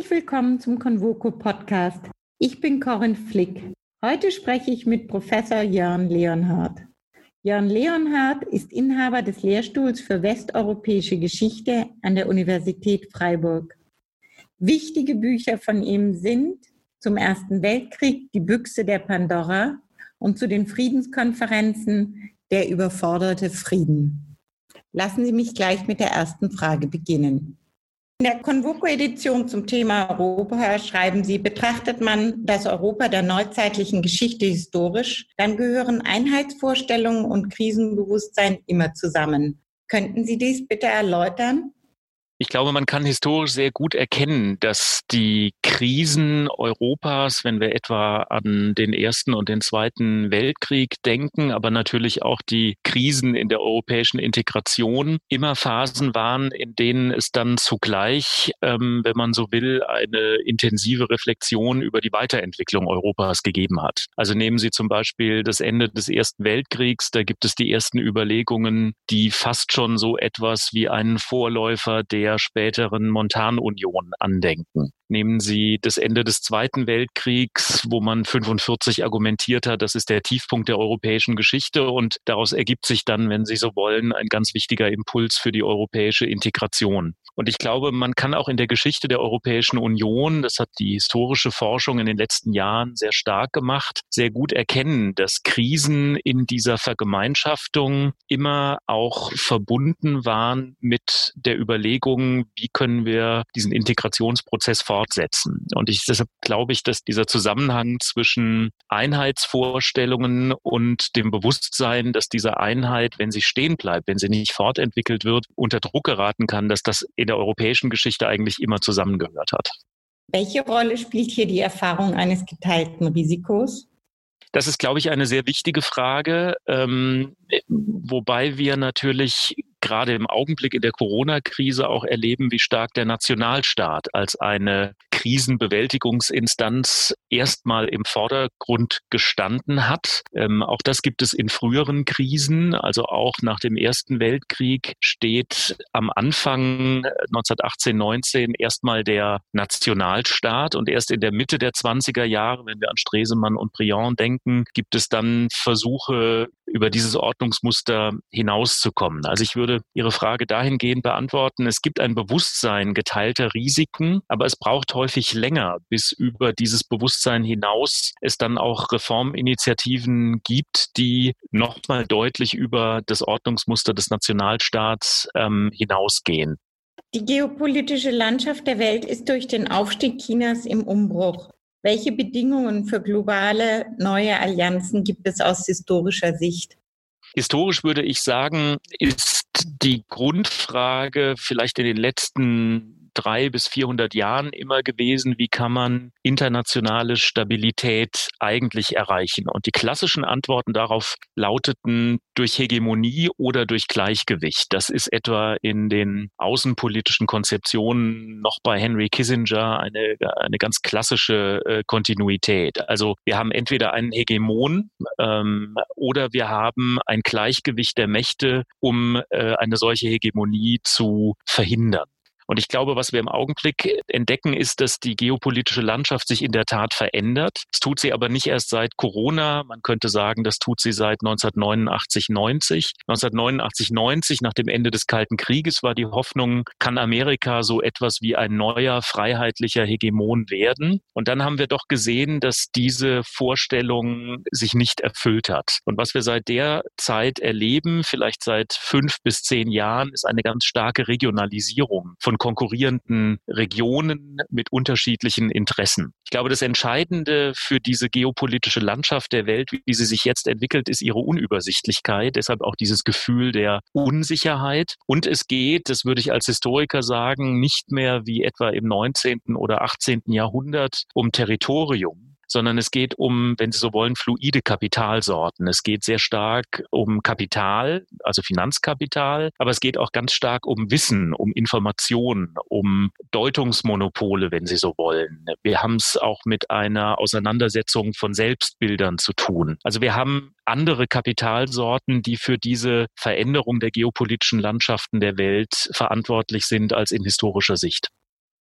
Herzlich willkommen zum Convoco Podcast. Ich bin Corinne Flick. Heute spreche ich mit Professor Jörn Leonhardt. Jörn Leonhardt ist Inhaber des Lehrstuhls für westeuropäische Geschichte an der Universität Freiburg. Wichtige Bücher von ihm sind zum Ersten Weltkrieg Die Büchse der Pandora und zu den Friedenskonferenzen Der überforderte Frieden. Lassen Sie mich gleich mit der ersten Frage beginnen. In der Convoco-Edition zum Thema Europa schreiben Sie, betrachtet man das Europa der neuzeitlichen Geschichte historisch, dann gehören Einheitsvorstellungen und Krisenbewusstsein immer zusammen. Könnten Sie dies bitte erläutern? Ich glaube, man kann historisch sehr gut erkennen, dass die Krisen Europas, wenn wir etwa an den Ersten und den Zweiten Weltkrieg denken, aber natürlich auch die Krisen in der europäischen Integration, immer Phasen waren, in denen es dann zugleich, wenn man so will, eine intensive Reflexion über die Weiterentwicklung Europas gegeben hat. Also nehmen Sie zum Beispiel das Ende des Ersten Weltkriegs, da gibt es die ersten Überlegungen, die fast schon so etwas wie einen Vorläufer der späteren Montanunion andenken. Nehmen Sie das Ende des Zweiten Weltkriegs, wo man 1945 argumentiert hat, das ist der Tiefpunkt der europäischen Geschichte und daraus ergibt sich dann, wenn Sie so wollen, ein ganz wichtiger Impuls für die europäische Integration. Und ich glaube, man kann auch in der Geschichte der Europäischen Union, das hat die historische Forschung in den letzten Jahren sehr stark gemacht, sehr gut erkennen, dass Krisen in dieser Vergemeinschaftung immer auch verbunden waren mit der Überlegung, wie können wir diesen Integrationsprozess fortsetzen. Und deshalb glaube ich, dass dieser Zusammenhang zwischen Einheitsvorstellungen und dem Bewusstsein, dass diese Einheit, wenn sie stehen bleibt, wenn sie nicht fortentwickelt wird, unter Druck geraten kann, dass das in der europäischen Geschichte eigentlich immer zusammengehört hat. Welche Rolle spielt hier die Erfahrung eines geteilten Risikos? Das ist, glaube ich, eine sehr wichtige Frage, wobei wir natürlich gerade im Augenblick in der Corona-Krise auch erleben, wie stark der Nationalstaat als eine Krisenbewältigungsinstanz erstmal im Vordergrund gestanden hat. Auch das gibt es in früheren Krisen, also auch nach dem Ersten Weltkrieg steht am Anfang 1918, 19 erstmal der Nationalstaat und erst in der Mitte der 20er Jahre, wenn wir an Stresemann und Briand denken, gibt es dann Versuche, über dieses Ordnungsmuster hinauszukommen. Also ich würde Ihre Frage dahingehend beantworten, es gibt ein Bewusstsein geteilter Risiken, aber es braucht häufig länger, bis über dieses Bewusstsein hinaus es dann auch Reforminitiativen gibt, die nochmal deutlich über das Ordnungsmuster des Nationalstaats hinausgehen. Die geopolitische Landschaft der Welt ist durch den Aufstieg Chinas im Umbruch. Welche Bedingungen für globale neue Allianzen gibt es aus historischer Sicht? Historisch würde ich sagen, ist die Grundfrage vielleicht in den letzten 300 bis 400 Jahren immer gewesen, wie kann man internationale Stabilität eigentlich erreichen? Und die klassischen Antworten darauf lauteten durch Hegemonie oder durch Gleichgewicht. Das ist etwa in den außenpolitischen Konzeptionen noch bei Henry Kissinger eine ganz klassische Kontinuität. Also wir haben entweder einen Hegemon oder wir haben ein Gleichgewicht der Mächte, um eine solche Hegemonie zu verhindern. Und ich glaube, was wir im Augenblick entdecken, ist, dass die geopolitische Landschaft sich in der Tat verändert. Das tut sie aber nicht erst seit Corona. Man könnte sagen, das tut sie seit 1989, 90. 1989, 90, nach dem Ende des Kalten Krieges, war die Hoffnung, kann Amerika so etwas wie ein neuer, freiheitlicher Hegemon werden? Und dann haben wir doch gesehen, dass diese Vorstellung sich nicht erfüllt hat. Und was wir seit der Zeit erleben, vielleicht seit 5 bis 10 Jahren, ist eine ganz starke Regionalisierung von konkurrierenden Regionen mit unterschiedlichen Interessen. Ich glaube, das Entscheidende für diese geopolitische Landschaft der Welt, wie sie sich jetzt entwickelt, ist ihre Unübersichtlichkeit, deshalb auch dieses Gefühl der Unsicherheit. Und es geht, das würde ich als Historiker sagen, nicht mehr wie etwa im 19. oder 18. Jahrhundert um Territorium, sondern es geht um, wenn Sie so wollen, fluide Kapitalsorten. Es geht sehr stark um Kapital, also Finanzkapital, aber es geht auch ganz stark um Wissen, um Information, um Deutungsmonopole, wenn Sie so wollen. Wir haben es auch mit einer Auseinandersetzung von Selbstbildern zu tun. Also wir haben andere Kapitalsorten, die für diese Veränderung der geopolitischen Landschaften der Welt verantwortlich sind als in historischer Sicht.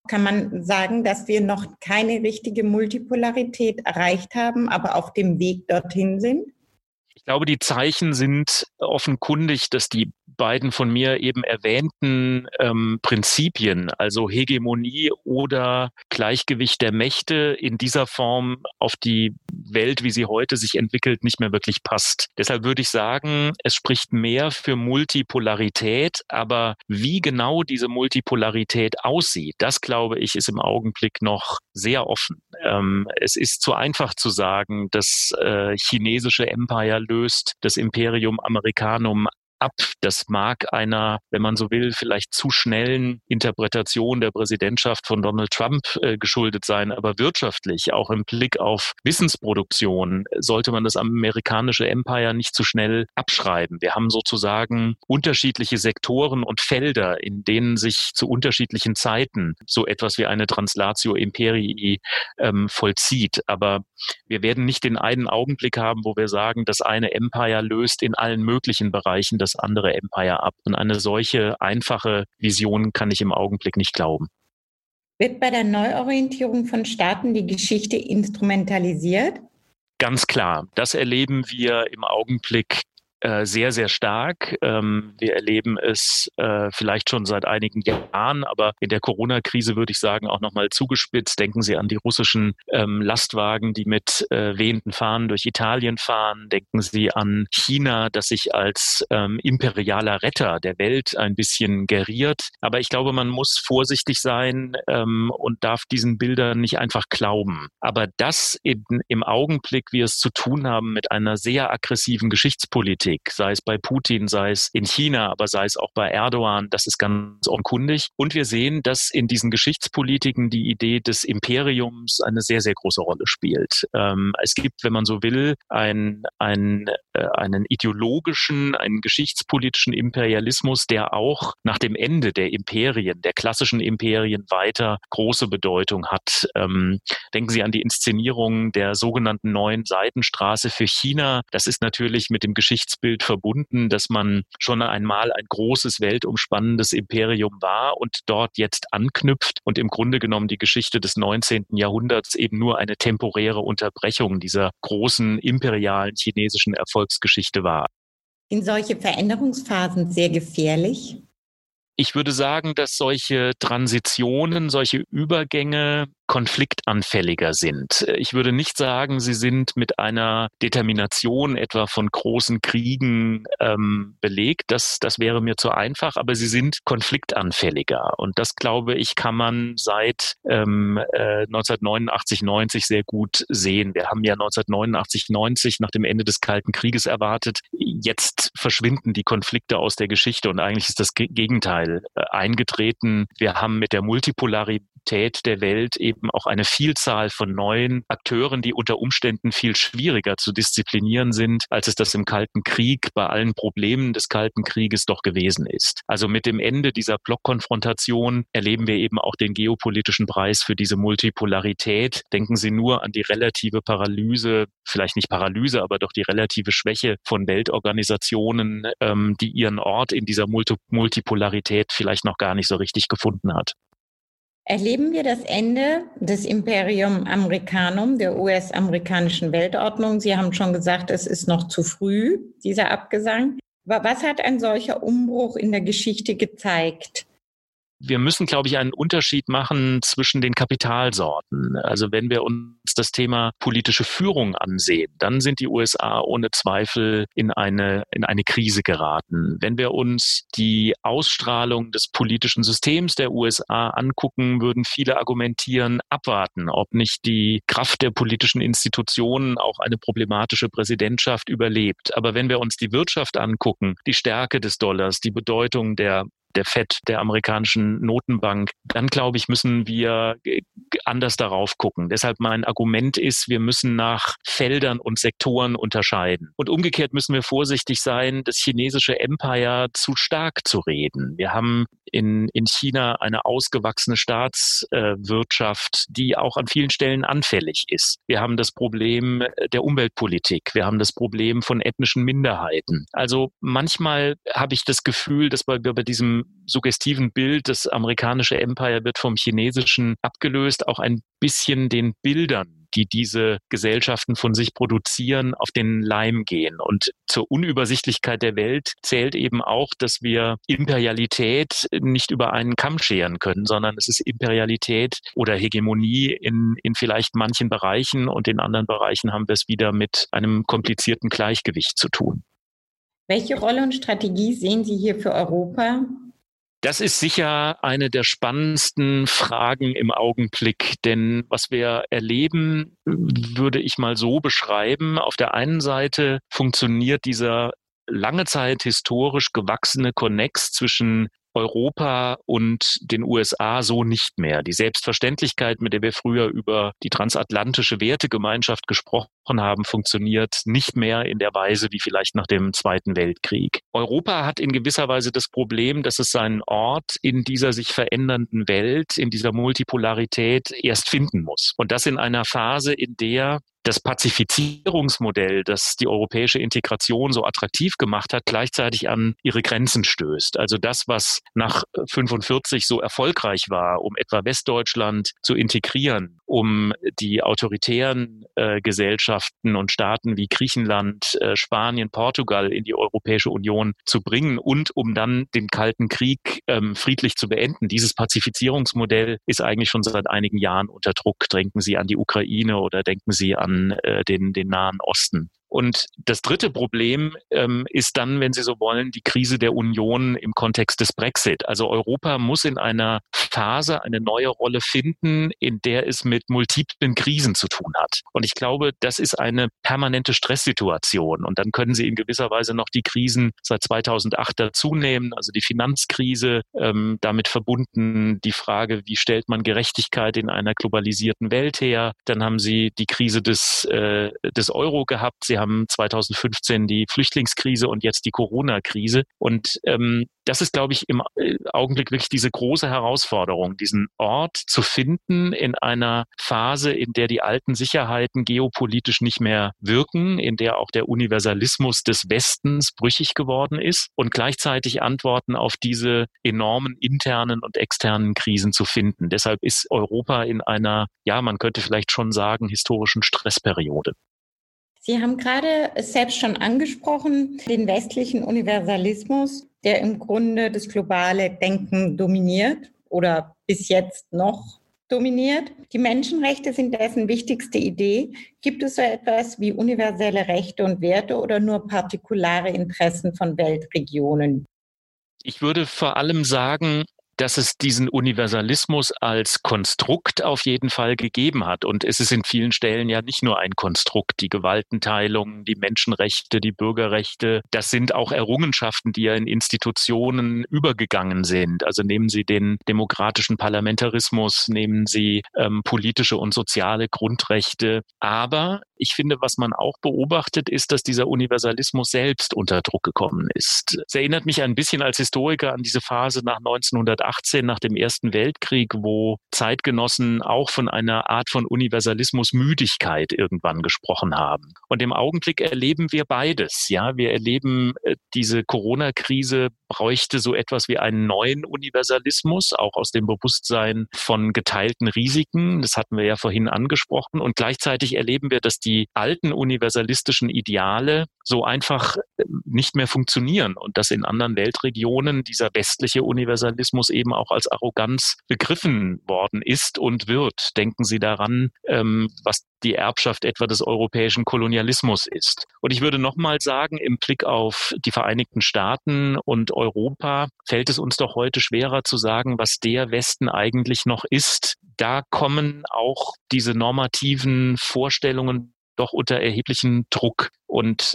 Kann man sagen, dass wir noch keine richtige Multipolarität erreicht haben, aber auf dem Weg dorthin sind? Ich glaube, die Zeichen sind offenkundig, dass die beiden von mir eben erwähnten Prinzipien, also Hegemonie oder Gleichgewicht der Mächte in dieser Form auf die Welt, wie sie heute sich entwickelt, nicht mehr wirklich passt. Deshalb würde ich sagen, es spricht mehr für Multipolarität, aber wie genau diese Multipolarität aussieht, das glaube ich, ist im Augenblick noch sehr offen. Es ist zu einfach zu sagen, das chinesische Empire löst das Imperium Americanum ab. Das mag einer, wenn man so will, vielleicht zu schnellen Interpretation der Präsidentschaft von Donald Trump geschuldet sein. Aber wirtschaftlich, auch im Blick auf Wissensproduktion, sollte man das amerikanische Empire nicht zu schnell abschreiben. Wir haben sozusagen unterschiedliche Sektoren und Felder, in denen sich zu unterschiedlichen Zeiten so etwas wie eine Translatio Imperii vollzieht. Aber wir werden nicht den einen Augenblick haben, wo wir sagen, das eine Empire löst in allen möglichen Bereichen das andere Empire ab. Und eine solche einfache Vision kann ich im Augenblick nicht glauben. Wird bei der Neuorientierung von Staaten die Geschichte instrumentalisiert? Ganz klar. Das erleben wir im Augenblick sehr, sehr stark. Wir erleben es vielleicht schon seit einigen Jahren, aber in der Corona-Krise würde ich sagen auch nochmal zugespitzt. Denken Sie an die russischen Lastwagen, die mit wehenden Fahnen durch Italien fahren. Denken Sie an China, das sich als imperialer Retter der Welt ein bisschen geriert. Aber ich glaube, man muss vorsichtig sein und darf diesen Bildern nicht einfach glauben. Aber das im Augenblick wir es zu tun haben mit einer sehr aggressiven Geschichtspolitik, sei es bei Putin, sei es in China, aber sei es auch bei Erdogan, das ist ganz offenkundig. Und wir sehen, dass in diesen Geschichtspolitiken die Idee des Imperiums eine sehr, sehr große Rolle spielt. Es gibt, wenn man so will, einen ideologischen, einen geschichtspolitischen Imperialismus, der auch nach dem Ende der Imperien, der klassischen Imperien weiter große Bedeutung hat. Denken Sie an die Inszenierung der sogenannten neuen Seidenstraße für China. Das ist natürlich mit dem Geschichtsbild verbunden, dass man schon einmal ein großes, weltumspannendes Imperium war und dort jetzt anknüpft und im Grunde genommen die Geschichte des 19. Jahrhunderts eben nur eine temporäre Unterbrechung dieser großen imperialen chinesischen Erfolgsgeschichte war. Sind solche Veränderungsphasen sehr gefährlich? Ich würde sagen, dass solche Transitionen, solche Übergänge konfliktanfälliger sind. Ich würde nicht sagen, sie sind mit einer Determination etwa von großen Kriegen belegt. Das wäre mir zu einfach, aber sie sind konfliktanfälliger. Und das, glaube ich, kann man seit 1989, 90 sehr gut sehen. Wir haben ja 1989, 90 nach dem Ende des Kalten Krieges erwartet. Jetzt verschwinden die Konflikte aus der Geschichte und eigentlich ist das Gegenteil eingetreten. Wir haben mit der Multipolarität der Welt eben auch eine Vielzahl von neuen Akteuren, die unter Umständen viel schwieriger zu disziplinieren sind, als es das im Kalten Krieg bei allen Problemen des Kalten Krieges doch gewesen ist. Also mit dem Ende dieser Blockkonfrontation erleben wir eben auch den geopolitischen Preis für diese Multipolarität. Denken Sie nur an die relative Paralyse, vielleicht nicht Paralyse, aber doch die relative Schwäche von Weltorganisationen, die ihren Ort in dieser Multipolarität vielleicht noch gar nicht so richtig gefunden hat. Erleben wir das Ende des Imperium Americanum, der US-amerikanischen Weltordnung? Sie haben schon gesagt, es ist noch zu früh, dieser Abgesang. Aber was hat ein solcher Umbruch in der Geschichte gezeigt? Wir müssen, glaube ich, einen Unterschied machen zwischen den Kapitalsorten. Also wenn wir uns das Thema politische Führung ansehen, dann sind die USA ohne Zweifel in eine Krise geraten. Wenn wir uns die Ausstrahlung des politischen Systems der USA angucken, würden viele argumentieren, abwarten, ob nicht die Kraft der politischen Institutionen auch eine problematische Präsidentschaft überlebt. Aber wenn wir uns die Wirtschaft angucken, die Stärke des Dollars, die Bedeutung der Fed, der amerikanischen Notenbank, dann glaube ich, müssen wir anders darauf gucken. Deshalb mein Argument ist, wir müssen nach Feldern und Sektoren unterscheiden. Und umgekehrt müssen wir vorsichtig sein, das chinesische Empire zu stark zu reden. Wir haben in China eine ausgewachsene Staatswirtschaft, die auch an vielen Stellen anfällig ist. Wir haben das Problem der Umweltpolitik. Wir haben das Problem von ethnischen Minderheiten. Also manchmal habe ich das Gefühl, dass wir bei diesem diesem suggestiven Bild, das amerikanische Empire wird vom chinesischen abgelöst, auch ein bisschen den Bildern, die diese Gesellschaften von sich produzieren, auf den Leim gehen. Und zur Unübersichtlichkeit der Welt zählt eben auch, dass wir Imperialität nicht über einen Kamm scheren können, sondern es ist Imperialität oder Hegemonie in vielleicht manchen Bereichen, und in anderen Bereichen haben wir es wieder mit einem komplizierten Gleichgewicht zu tun. Welche Rolle und Strategie sehen Sie hier für Europa? Das ist sicher eine der spannendsten Fragen im Augenblick, denn was wir erleben, würde ich mal so beschreiben. Auf der einen Seite funktioniert dieser lange Zeit historisch gewachsene Konnex zwischen Europa und den USA so nicht mehr. Die Selbstverständlichkeit, mit der wir früher über die transatlantische Wertegemeinschaft gesprochen haben, funktioniert nicht mehr in der Weise wie vielleicht nach dem Zweiten Weltkrieg. Europa hat in gewisser Weise das Problem, dass es seinen Ort in dieser sich verändernden Welt, in dieser Multipolarität erst finden muss. Und das in einer Phase, in der das Pazifizierungsmodell, das die europäische Integration so attraktiv gemacht hat, gleichzeitig an ihre Grenzen stößt. Also das, was nach 1945 so erfolgreich war, um etwa Westdeutschland zu integrieren, um die autoritären Gesellschaften und Staaten wie Griechenland, Spanien, Portugal in die Europäische Union zu bringen und um dann den Kalten Krieg friedlich zu beenden. Dieses Pazifizierungsmodell ist eigentlich schon seit einigen Jahren unter Druck. Denken Sie an die Ukraine oder denken Sie an den Nahen Osten. Und das dritte Problem ist dann, wenn Sie so wollen, die Krise der Union im Kontext des Brexit. Also Europa muss in einer Phase eine neue Rolle finden, in der es mit multiplen Krisen zu tun hat. Und ich glaube, das ist eine permanente Stresssituation. Und dann können Sie in gewisser Weise noch die Krisen seit 2008 dazunehmen, also die Finanzkrise, damit verbunden die Frage, wie stellt man Gerechtigkeit in einer globalisierten Welt her. Dann haben Sie die Krise des Euro gehabt. Sie haben 2015 die Flüchtlingskrise und jetzt die Corona-Krise. Und das ist, glaube ich, im Augenblick wirklich diese große Herausforderung, diesen Ort zu finden in einer Phase, in der die alten Sicherheiten geopolitisch nicht mehr wirken, in der auch der Universalismus des Westens brüchig geworden ist und gleichzeitig Antworten auf diese enormen internen und externen Krisen zu finden. Deshalb ist Europa in einer, ja, man könnte vielleicht schon sagen, historischen Stressperiode. Sie haben gerade es selbst schon angesprochen, den westlichen Universalismus, der im Grunde das globale Denken dominiert oder bis jetzt noch dominiert. Die Menschenrechte sind dessen wichtigste Idee. Gibt es so etwas wie universelle Rechte und Werte oder nur partikulare Interessen von Weltregionen? Ich würde vor allem sagen, dass es diesen Universalismus als Konstrukt auf jeden Fall gegeben hat. Und es ist in vielen Stellen ja nicht nur ein Konstrukt. Die Gewaltenteilung, die Menschenrechte, die Bürgerrechte, das sind auch Errungenschaften, die ja in Institutionen übergegangen sind. Also nehmen Sie den demokratischen Parlamentarismus, nehmen Sie politische und soziale Grundrechte. Aber ich finde, was man auch beobachtet, ist, dass dieser Universalismus selbst unter Druck gekommen ist. Es erinnert mich ein bisschen als Historiker an diese Phase nach 1918, nach dem Ersten Weltkrieg, wo Zeitgenossen auch von einer Art von Universalismusmüdigkeit irgendwann gesprochen haben. Und im Augenblick erleben wir beides. Ja, wir erleben, diese Corona-Krise bräuchte so etwas wie einen neuen Universalismus, auch aus dem Bewusstsein von geteilten Risiken. Das hatten wir ja vorhin angesprochen. Und gleichzeitig erleben wir, dass die alten universalistischen Ideale so einfach nicht mehr funktionieren und dass in anderen Weltregionen dieser westliche Universalismus eben auch als Arroganz begriffen worden ist und wird. Denken Sie daran, was die Erbschaft etwa des europäischen Kolonialismus ist. Und ich würde nochmal sagen, im Blick auf die Vereinigten Staaten und Europa fällt es uns doch heute schwerer zu sagen, was der Westen eigentlich noch ist. Da kommen auch diese normativen Vorstellungen doch unter erheblichen Druck. Und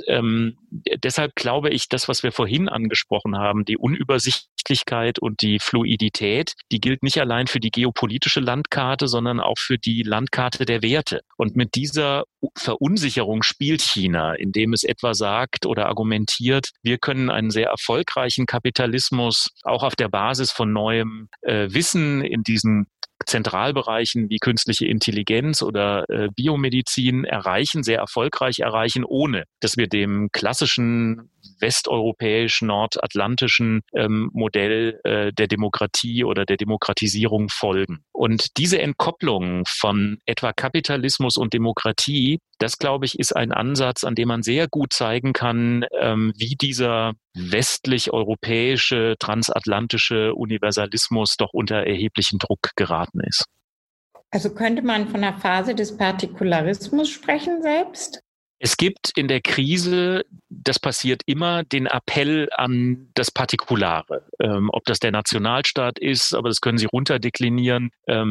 deshalb glaube ich, das, was wir vorhin angesprochen haben, die Unübersichtlichkeit und die Fluidität, die gilt nicht allein für die geopolitische Landkarte, sondern auch für die Landkarte der Werte. Und mit dieser Verunsicherung spielt China, indem es etwa sagt oder argumentiert, wir können einen sehr erfolgreichen Kapitalismus auch auf der Basis von neuem Wissen in diesen Zentralbereichen wie künstliche Intelligenz oder Biomedizin sehr erfolgreich erreichen, ohne dass wir dem klassischen westeuropäischen, nordatlantischen Modell der Demokratie oder der Demokratisierung folgen. Und diese Entkopplung von etwa Kapitalismus und Demokratie, das, glaube ich, ist ein Ansatz, an dem man sehr gut zeigen kann, wie dieser westlich-europäische, transatlantische Universalismus doch unter erheblichen Druck geraten ist. Also könnte man von einer Phase des Partikularismus sprechen selbst? Es gibt in der Krise, das passiert immer, den Appell an das Partikulare. Ob das der Nationalstaat ist, aber das können Sie runterdeklinieren,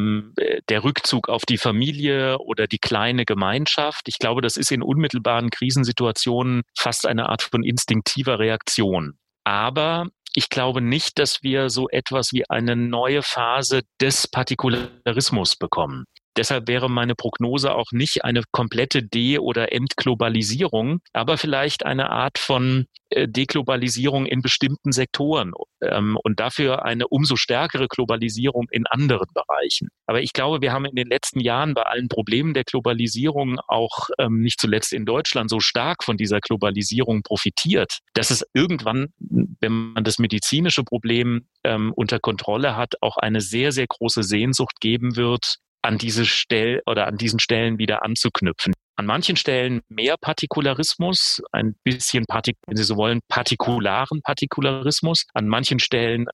der Rückzug auf die Familie oder die kleine Gemeinschaft. Ich glaube, das ist in unmittelbaren Krisensituationen fast eine Art von instinktiver Reaktion. Aber ich glaube nicht, dass wir so etwas wie eine neue Phase des Partikularismus bekommen. Deshalb wäre meine Prognose auch nicht eine komplette De- oder Entglobalisierung, aber vielleicht eine Art von Deglobalisierung in bestimmten Sektoren und dafür eine umso stärkere Globalisierung in anderen Bereichen. Aber ich glaube, wir haben in den letzten Jahren bei allen Problemen der Globalisierung auch nicht zuletzt in Deutschland so stark von dieser Globalisierung profitiert, dass es irgendwann, wenn man das medizinische Problem unter Kontrolle hat, auch eine sehr, sehr große Sehnsucht geben wird, an diesen Stellen wieder anzuknüpfen. An manchen Stellen mehr Partikularismus, ein bisschen, wenn Sie so wollen, partikularen Partikularismus. An manchen Stellen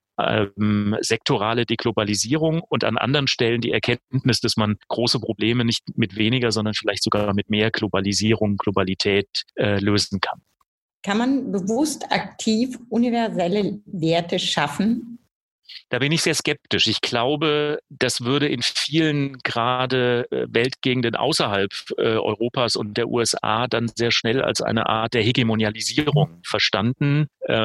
sektorale Deglobalisierung und an anderen Stellen die Erkenntnis, dass man große Probleme nicht mit weniger, sondern vielleicht sogar mit mehr Globalität lösen kann. Kann man bewusst aktiv universelle Werte schaffen? Da bin ich sehr skeptisch. Ich glaube, das würde in vielen gerade Weltgegenden außerhalb Europas und der USA dann sehr schnell als eine Art der Hegemonialisierung verstanden.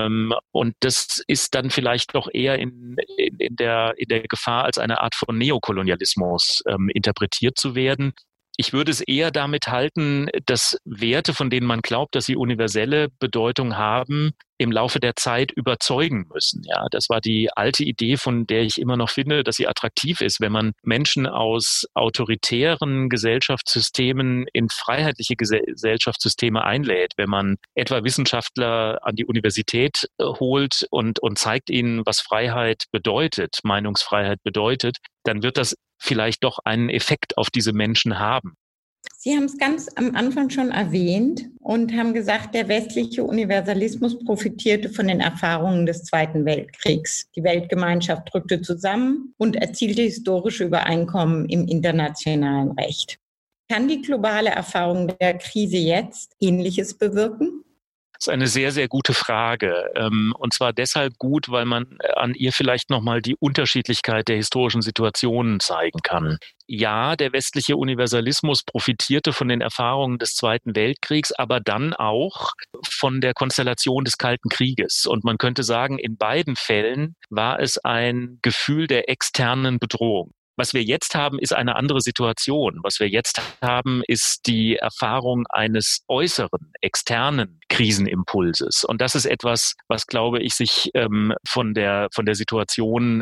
Und das ist dann vielleicht doch eher in der Gefahr, als eine Art von Neokolonialismus interpretiert zu werden. Ich würde es eher damit halten, dass Werte, von denen man glaubt, dass sie universelle Bedeutung haben, im Laufe der Zeit überzeugen müssen. Ja, das war die alte Idee, von der ich immer noch finde, dass sie attraktiv ist, wenn man Menschen aus autoritären Gesellschaftssystemen in freiheitliche Gesellschaftssysteme einlädt, wenn man etwa Wissenschaftler an die Universität holt und zeigt ihnen, was Freiheit bedeutet, Meinungsfreiheit bedeutet, dann wird das vielleicht doch einen Effekt auf diese Menschen haben. Sie haben es ganz am Anfang schon erwähnt und haben gesagt, der westliche Universalismus profitierte von den Erfahrungen des Zweiten Weltkriegs. Die Weltgemeinschaft rückte zusammen und erzielte historische Übereinkommen im internationalen Recht. Kann die globale Erfahrung der Krise jetzt Ähnliches bewirken? Das ist eine sehr, sehr gute Frage. Und zwar deshalb gut, weil man an ihr vielleicht nochmal die Unterschiedlichkeit der historischen Situationen zeigen kann. Ja, der westliche Universalismus profitierte von den Erfahrungen des Zweiten Weltkriegs, aber dann auch von der Konstellation des Kalten Krieges. Und man könnte sagen, in beiden Fällen war es ein Gefühl der externen Bedrohung. Was wir jetzt haben, ist eine andere Situation. Was wir jetzt haben, ist die Erfahrung eines äußeren, externen Krisenimpulses. Und das ist etwas, was, glaube ich, sich von der Situation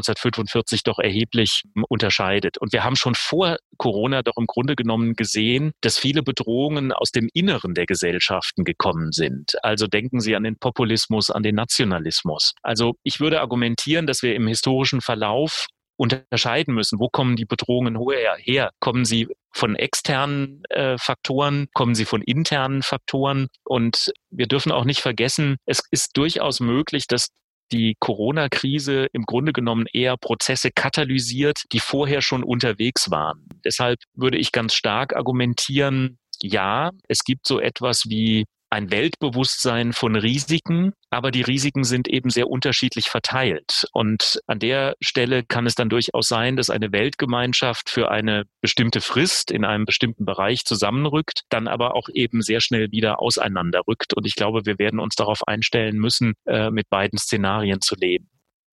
1945 doch erheblich unterscheidet. Und wir haben schon vor Corona doch im Grunde genommen gesehen, dass viele Bedrohungen aus dem Inneren der Gesellschaften gekommen sind. Also denken Sie an den Populismus, an den Nationalismus. Also ich würde argumentieren, dass wir im historischen Verlauf unterscheiden müssen. Wo kommen die Bedrohungen her? Kommen sie von externen Faktoren? Kommen sie von internen Faktoren? Und wir dürfen auch nicht vergessen, es ist durchaus möglich, dass die Corona-Krise im Grunde genommen eher Prozesse katalysiert, die vorher schon unterwegs waren. Deshalb würde ich ganz stark argumentieren, ja, es gibt so etwas wie ein Weltbewusstsein von Risiken, aber die Risiken sind eben sehr unterschiedlich verteilt. Und an der Stelle kann es dann durchaus sein, dass eine Weltgemeinschaft für eine bestimmte Frist in einem bestimmten Bereich zusammenrückt, dann aber auch eben sehr schnell wieder auseinanderrückt. Und ich glaube, wir werden uns darauf einstellen müssen, mit beiden Szenarien zu leben.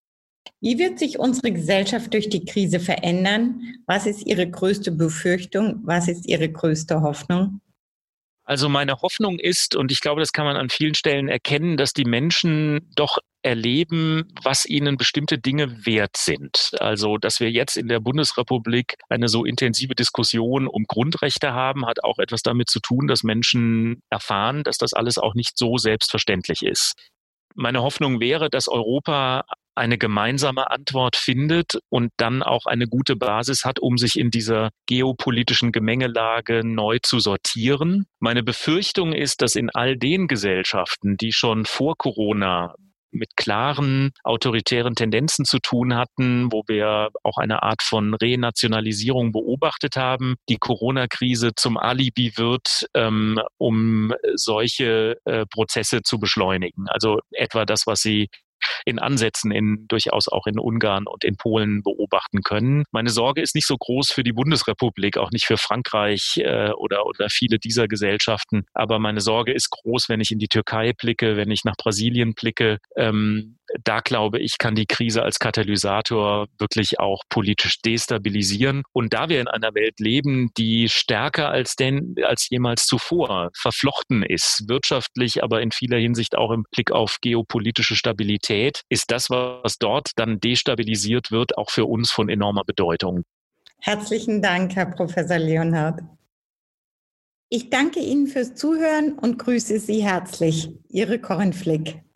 Wie wird sich unsere Gesellschaft durch die Krise verändern? Was ist Ihre größte Befürchtung? Was ist Ihre größte Hoffnung? Also meine Hoffnung ist, und ich glaube, das kann man an vielen Stellen erkennen, dass die Menschen doch erleben, was ihnen bestimmte Dinge wert sind. Also, dass wir jetzt in der Bundesrepublik eine so intensive Diskussion um Grundrechte haben, hat auch etwas damit zu tun, dass Menschen erfahren, dass das alles auch nicht so selbstverständlich ist. Meine Hoffnung wäre, dass Europa eine gemeinsame Antwort findet und dann auch eine gute Basis hat, um sich in dieser geopolitischen Gemengelage neu zu sortieren. Meine Befürchtung ist, dass in all den Gesellschaften, die schon vor Corona mit klaren autoritären Tendenzen zu tun hatten, wo wir auch eine Art von Renationalisierung beobachtet haben, die Corona-Krise zum Alibi wird, um solche Prozesse zu beschleunigen. Also etwa das, was Sie in Ansätzen durchaus auch in Ungarn und in Polen beobachten können. Meine Sorge ist nicht so groß für die Bundesrepublik, auch nicht für Frankreich oder viele dieser Gesellschaften. Aber meine Sorge ist groß, wenn ich in die Türkei blicke, wenn ich nach Brasilien blicke. Da glaube ich, kann die Krise als Katalysator wirklich auch politisch destabilisieren. Und da wir in einer Welt leben, die stärker als jemals zuvor verflochten ist, wirtschaftlich, aber in vieler Hinsicht auch im Blick auf geopolitische Stabilität, ist das, was dort dann destabilisiert wird, auch für uns von enormer Bedeutung. Herzlichen Dank, Herr Professor Leonhardt. Ich danke Ihnen fürs Zuhören und grüße Sie herzlich. Ihre Corinne Flick.